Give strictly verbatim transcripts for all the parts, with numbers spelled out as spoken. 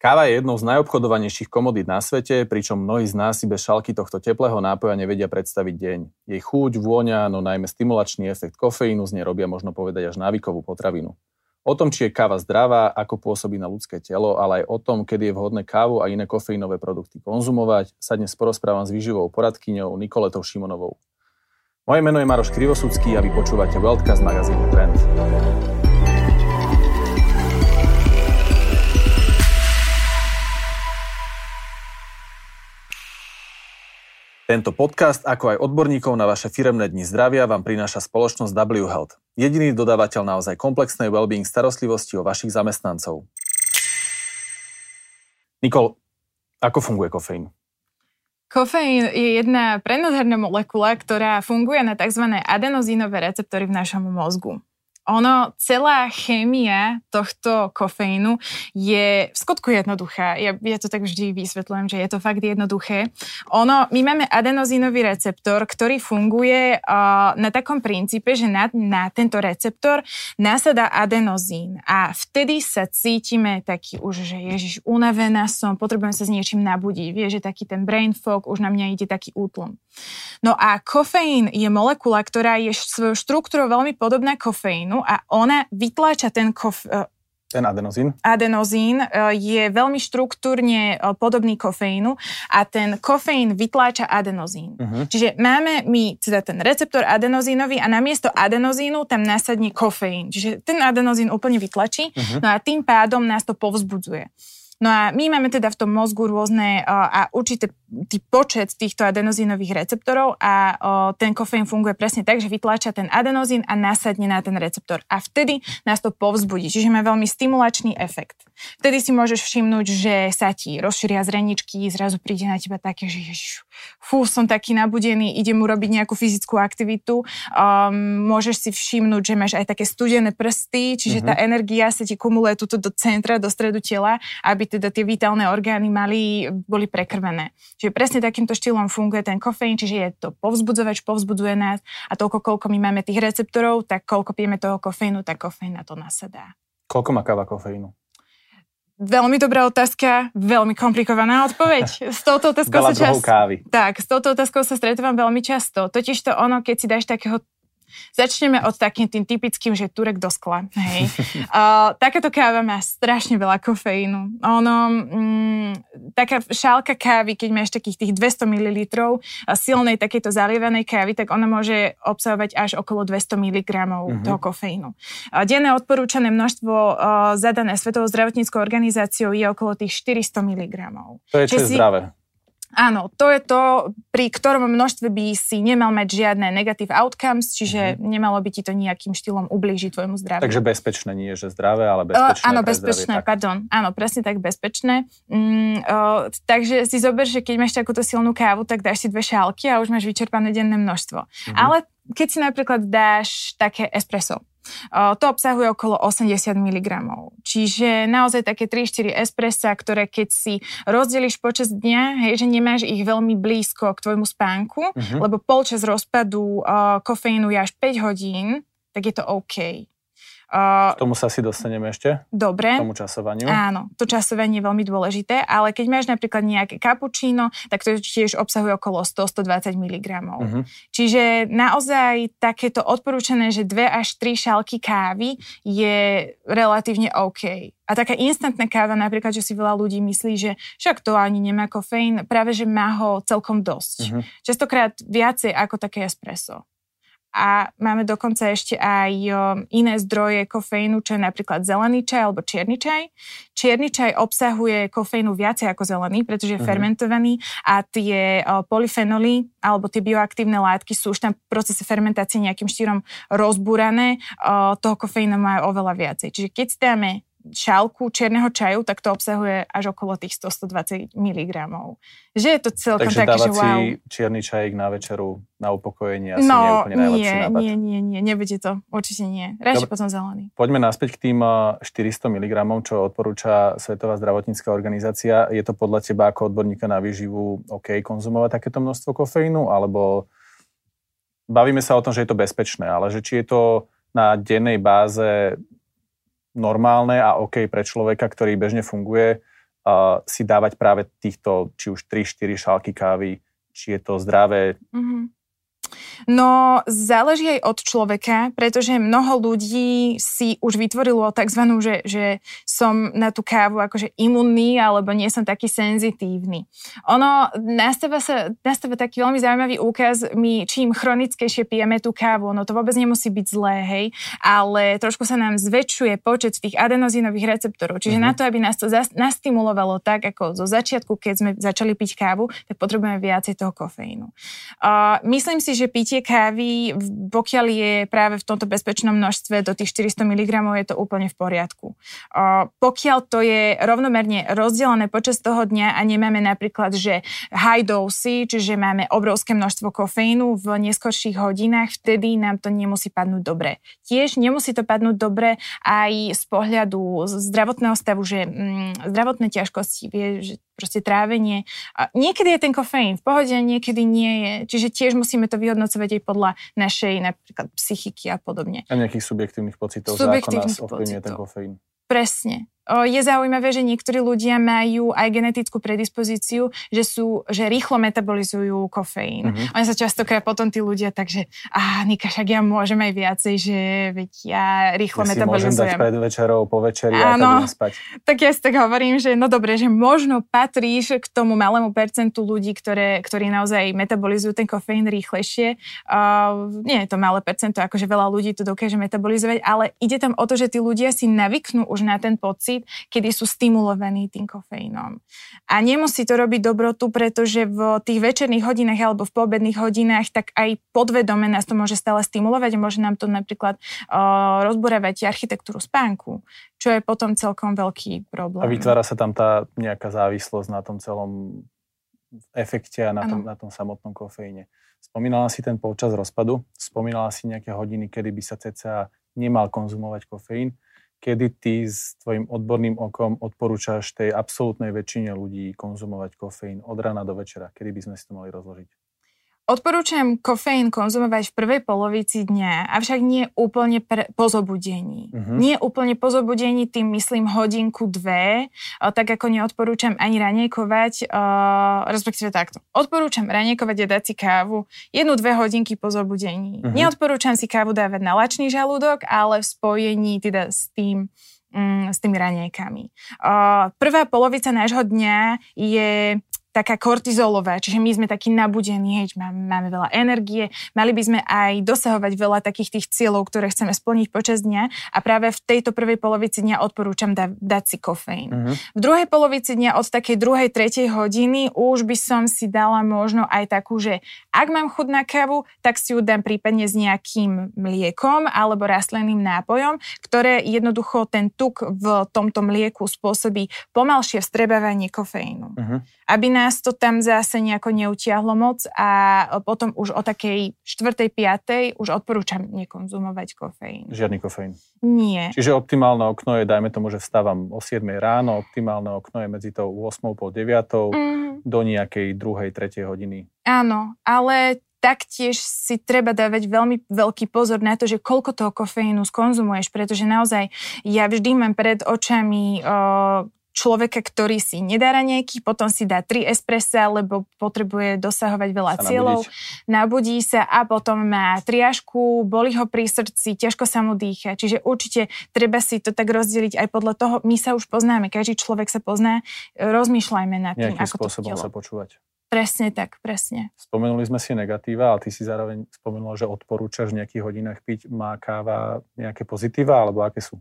Káva je jednou z najobchodovanejších komodít na svete, pričom mnohí z nás si bez šálky tohto teplého nápoja nevedia predstaviť deň. Jej chuť, vôňa, no najmä stimulačný efekt kofeínu z nej robia, možno povedať, až návykovú potravinu. O tom, či je káva zdravá, ako pôsobí na ľudské telo, ale aj o tom, kedy je vhodné kávu a iné kofeínové produkty konzumovať, sa dnes porozprávam s výživovou poradkyňou Nikoletou Šimonovou. Moje meno je Maroš Krivosudský a vy počúvate Weltcast z magazínu Trend. Tento podcast, ako aj odborníkov na vaše firemné dni zdravia, vám prináša spoločnosť W Health. Jediný dodávateľ naozaj komplexnej well-being starostlivosti o vašich zamestnancov. Nikol, ako funguje kofeín? Kofeín je jedna prenádherná molekula, ktorá funguje na tzv. Adenozínové receptory v našom mozgu. Ono, celá chémia tohto kofeínu je v skutku jednoduchá. Ja, ja to tak vždy vysvetľujem, že je to fakt jednoduché. Ono, my máme adenozínový receptor, ktorý funguje uh, na takom princípe, že na, na tento receptor nasadá adenozín a vtedy sa cítime taký už, že ježiš, unavená som, potrebujem sa s niečím nabudiť. Vieš, že taký ten brain fog, už na mňa ide taký útlom. No a kofeín je molekula, ktorá je svojou štruktúrou veľmi podobná kofeínu, a ona vytláča ten kof... Ten adenozín? Adenozín je veľmi štruktúrne podobný kofeínu a ten kofeín vytláča adenozín. Uh-huh. Čiže máme my teda ten receptor adenozínový a namiesto adenozínu tam nasadne kofeín. Čiže ten adenozín úplne vytlačí, uh-huh. no a tým pádom nás to povzbudzuje. No a my máme teda v tom mozgu rôzne uh, a určitý tý počet týchto adenozínových receptorov a uh, ten kofeín funguje presne tak, že vytláča ten adenozín a nasadne na ten receptor. A vtedy nás to povzbudí, čiže má veľmi stimulačný efekt. Vtedy si môžeš všimnúť, že sa ti rozšíria zreničky, zrazu príde na teba také, že ježiš, fú, som taký nabudený, idem urobiť nejakú fyzickú aktivitu. Um, môžeš si všimnúť, že máš aj také studené prsty, čiže mm-hmm. tá energia sa ti kumuluje tuto do centra, do stredu tela, aby teda tie vitálne orgány mali, boli prekrvené. Čiže presne takýmto štýlom funguje ten kofeín, čiže je to povzbudzovač, povzbudzuje nás a toľko, koľko my máme tých receptorov, tak koľko pijeme toho kofeínu, tak kofeín na to nasadá. Koľko má káva kofeínu? Veľmi dobrá otázka, veľmi komplikovaná odpoveď. S touto otázkou sa čas... kávy. Tak, s touto otázkou sa stretávam veľmi často. Totižto ono, keď si dáš takého Začneme od takým tým typickým, že turek do skla. Hej. uh, takáto káva má strašne veľa kofeínu. Ono, mm, taká šálka kávy, keď máš takých tých dvesto mililitrov silnej takejto zalievanej kávy, tak ona môže obsahovať až okolo dvesto miligramov mm-hmm. toho kofeínu. Uh, denné odporúčané množstvo uh, zadané Svetovou zdravotníckou organizáciou je okolo tých štyristo miligramov. To je čo je zdravé. Áno, to je to, pri ktorom množstve by si nemal mať žiadne negative outcomes, čiže mm-hmm. nemalo by ti to nejakým štýlom ublížiť tvojmu zdraviu. Takže bezpečné, nie že zdravé, ale bezpečné. Uh, áno, bezpečné, zdravie, pardon. Áno, presne tak, bezpečné. Mm, uh, takže si zober, že keď máš takúto silnú kávu, tak dáš si dve šálky a už máš vyčerpané denné množstvo. Mm-hmm. Ale keď si napríklad dáš také espresso, to obsahuje okolo osemdesiat miligramov. Čiže naozaj také tri štyri espressa, ktoré keď si rozdeliš počas dňa, hej, že nemáš ich veľmi blízko k tvojmu spánku, uh-huh. lebo polčas rozpadu uh, kofeínu je až päť hodín, tak je to OK. K tomu sa si dostaneme ešte? Dobre. K tomu časovaniu? Áno, to časovanie je veľmi dôležité, ale keď máš napríklad nejaké cappuccino, tak to tiež obsahuje okolo sto až stodvadsať miligramov. Uh-huh. Čiže naozaj takéto odporúčané, že dve až tri šálky kávy je relatívne OK. A taká instantná káva, napríklad, že si veľa ľudí myslí, že však to ani nemá kofeín, práve že má ho celkom dosť. Uh-huh. Častokrát viacej ako také espresso. A máme dokonca ešte aj iné zdroje kofeínu, čo je napríklad zelený čaj alebo čierny čaj. Čierny čaj obsahuje kofeínu viacej ako zelený, pretože je uh-huh. fermentovaný a tie polyfenoly alebo tie bioaktívne látky sú už tam v procese fermentácie nejakým štýlom rozbúrané. Toho kofeínu majú oveľa viacej. Čiže keď si dáme šálku čierneho čaju, tak to obsahuje až okolo tých sto až stodvadsať miligramov. Že je to celkom Takže také, že wow. Takže dávať si čierny čajík na večeru, na upokojenie asi no, nie je úplne najlepší nie, nápad. nie, nie, nie, nebude to. Určite nie. Radšej potom zelený. Poďme naspäť k tým štyristo miligramov, čo odporúča Svetová zdravotnícka organizácia. Je to podľa teba ako odborníka na výživu OK konzumovať takéto množstvo kofeínu, alebo bavíme sa o tom, že je to bezpečné, ale že či je to na dennej báze normálne a OK pre človeka, ktorý bežne funguje, uh, si dávať práve týchto, či už tri štyri šálky kávy, či je to zdravé? Mm-hmm. No, záleží aj od človeka, pretože mnoho ľudí si už vytvorilo takzvanú, že, že som na tú kávu akože imunný, alebo nie som taký senzitívny. Ono nastáva, sa, nastáva taký veľmi zaujímavý úkaz, my čím chronickejšie pijeme tú kávu, no to vôbec nemusí byť zlé, hej, ale trošku sa nám zväčšuje počet tých adenozínových receptorov, čiže mm-hmm. na to, aby nás to zas, nastimulovalo tak, ako zo začiatku, keď sme začali piť kávu, tak potrebujeme viacej toho kofeínu. Uh, myslím si, že pitie kávy, pokiaľ je práve v tomto bezpečnom množstve do tých štyristo miligramov, je to úplne v poriadku. Uh, pokiaľ to je rovnomerne rozdelené počas toho dňa a nemáme napríklad, že high dosy, čiže máme obrovské množstvo kofeínu v neskorších hodinách, vtedy nám to nemusí padnúť dobre. Tiež nemusí to padnúť dobre aj z pohľadu zdravotného stavu, že mm, zdravotné ťažkosti, vie, že proste trávenie. A niekedy je ten kofeín v pohode, niekedy nie je. Čiže tiež musíme to vyhodnocovať aj podľa našej napríklad psychiky a podobne. A nejakých subjektívnych pocitov, subjektívnych ako nás ovplyvňuje ten kofeín. Presne. O, je zaujímavé, že niektorí ľudia majú aj genetickú predispozíciu, že sú, že rýchlo metabolizujú kofeín. Mm-hmm. Oni sa častokrát potom tí ľudia takže á, Nika, však ja môžem aj viacej, že veď ja rýchlo ja metabolizujem. Si môžem dať pred večerou, po večeri a tak spať. Tak ja si tak hovorím, že no dobre, že možno patríš k tomu malému percentu ľudí, ktoré, ktorí naozaj metabolizujú ten kofeín rýchlejšie. Uh, nie je to malé percento, akože veľa ľudí to dokáže metabolizovať, ale ide tam o to, že tí ľudia si navyknú už na ten pocit, kedy sú stimulovaní tým kofeínom. A nemusí to robiť dobrotu, pretože v tých večerných hodinách alebo v poobedných hodinách tak aj podvedome nás to môže stále stimulovať a môže nám to napríklad uh, rozboravať architektúru spánku, čo je potom celkom veľký problém. A vytvára sa tam tá nejaká závislosť na tom celom efekte a na tom, na tom samotnom kofeíne. Spomínala si ten polčas rozpadu, spomínala si nejaké hodiny, kedy by sa cca nemal konzumovať kofeín. Kedy ty s tvojim odborným okom odporúčaš tej absolútnej väčšine ľudí konzumovať kofeín od rána do večera? Kedy by sme si to mali rozložiť? Odporúčam kofeín konzumovať v prvej polovici dňa, avšak nie úplne pre, po zobudení. Uh-huh. Nie úplne po zobudení, tým myslím hodinku, dve, tak ako neodporúčam ani raňajkovať, uh, respektíve takto. Odporúčam raňajkovať a dať si kávu jednu, dve hodinky po zobudení. Uh-huh. Neodporúčam si kávu dávať na lačný žalúdok, ale v spojení teda s tým, um, s tými raňajkami. Uh, prvá polovica nášho dňa je taká kortizolová, čiže my sme takí nabudení, hej, máme, máme veľa energie, mali by sme aj dosahovať veľa takých tých cieľov, ktoré chceme splniť počas dňa a práve v tejto prvej polovici dňa odporúčam da, dať si kofeín. Uh-huh. V druhej polovici dňa od takej druhej, tretej hodiny už by som si dala možno aj takú, že ak mám chuť na kávu, tak si ju dám prípadne s nejakým mliekom alebo rastlinným nápojom, ktoré jednoducho ten tuk v tomto mlieku spôsobí pomalšie vstrebávanie kofeínu. Uh-huh. Aby nás to tam zase nejako neutiahlo moc a potom už o takej štvrtej, piatej už odporúčam nekonzumovať kofeín. Žiadny kofeín? Nie. Čiže optimálne okno je, dajme tomu, že vstávam o siedmej ráno, optimálne okno je medzi tou ôsmou, pol deviatou mm. do nejakej druhej, tretej hodiny. Áno, ale taktiež si treba dávať veľmi veľký pozor na to, že koľko toho kofeínu skonzumuješ, pretože naozaj ja vždy mám pred očami uh, človeka, ktorý si nedá raňajky, potom si dá tri espressa, lebo potrebuje dosahovať veľa cieľov, nabudí sa a potom má triažku, bolí ho pri srdci, ťažko sa mu dýcha. Čiže určite treba si to tak rozdeliť aj podľa toho. My sa už poznáme, každý človek sa pozná, rozmýšľajme nad tým, nejakým ako to spôsobom sa počúvať. Presne tak, presne. Spomenuli sme si negatíva, ale ty si zároveň spomenula, že odporúčaš v nejakých hodinách piť. Má káva nejaké pozitíva, alebo aké sú?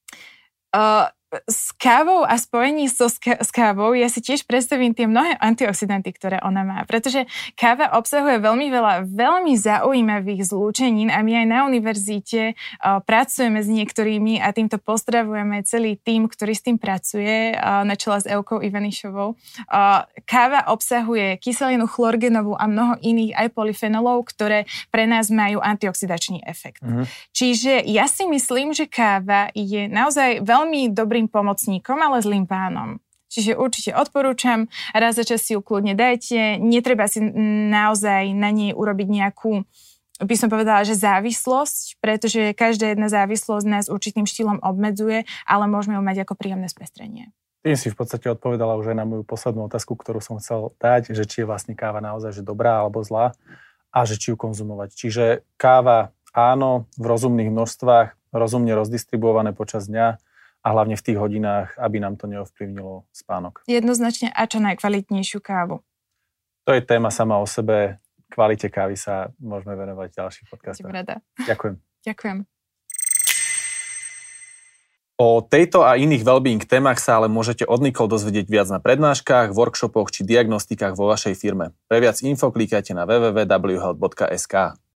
Uh, s kávou a spojení so, s kávou ja si tiež predstavím tie mnohé antioxidanty, ktoré ona má, pretože káva obsahuje veľmi veľa veľmi zaujímavých zlúčenín a my aj na univerzite uh, pracujeme s niektorými a týmto pozdravujeme celý tím, ktorý s tým pracuje, uh, na čele s Evkou Ivanišovou. Uh, káva obsahuje kyselinu chlorgenovú a mnoho iných aj polyfenolov, ktoré pre nás majú antioxidačný efekt. Uh-huh. Čiže ja si myslím, že káva je naozaj veľmi dobrý pomocníkom, ale zlým pánom. Čiže určite odporúčam, raz za čas si ju kľudne dajte, netreba si naozaj na nej urobiť nejakú, by som povedala, že závislosť, pretože každá jedna závislosť nás určitým štýlom obmedzuje, ale môžeme ju mať ako príjemné spestrenie. Tým si v podstate odpovedala už aj na moju poslednú otázku, ktorú som chcel dať, že či je vlastne káva naozaj že dobrá alebo zlá a že či ju konzumovať. Čiže káva áno, v rozumných množstvách, rozumne rozdistribuované počas dňa a hlavne v tých hodinách, aby nám to neovplyvnilo spánok. Jednoznačne a čo najkvalitnejšiu kávu. To je téma sama o sebe. Kvalite kávy sa môžeme venovať v ďalších podcastoch. Ďakujem. Ďakujem. O tejto a iných wellbeing témach sa ale môžete od Nicole dozvedieť viac na prednáškach, workshopoch či diagnostikách vo vašej firme. Pre viac info klikajte na w w w bodka w health bodka s k.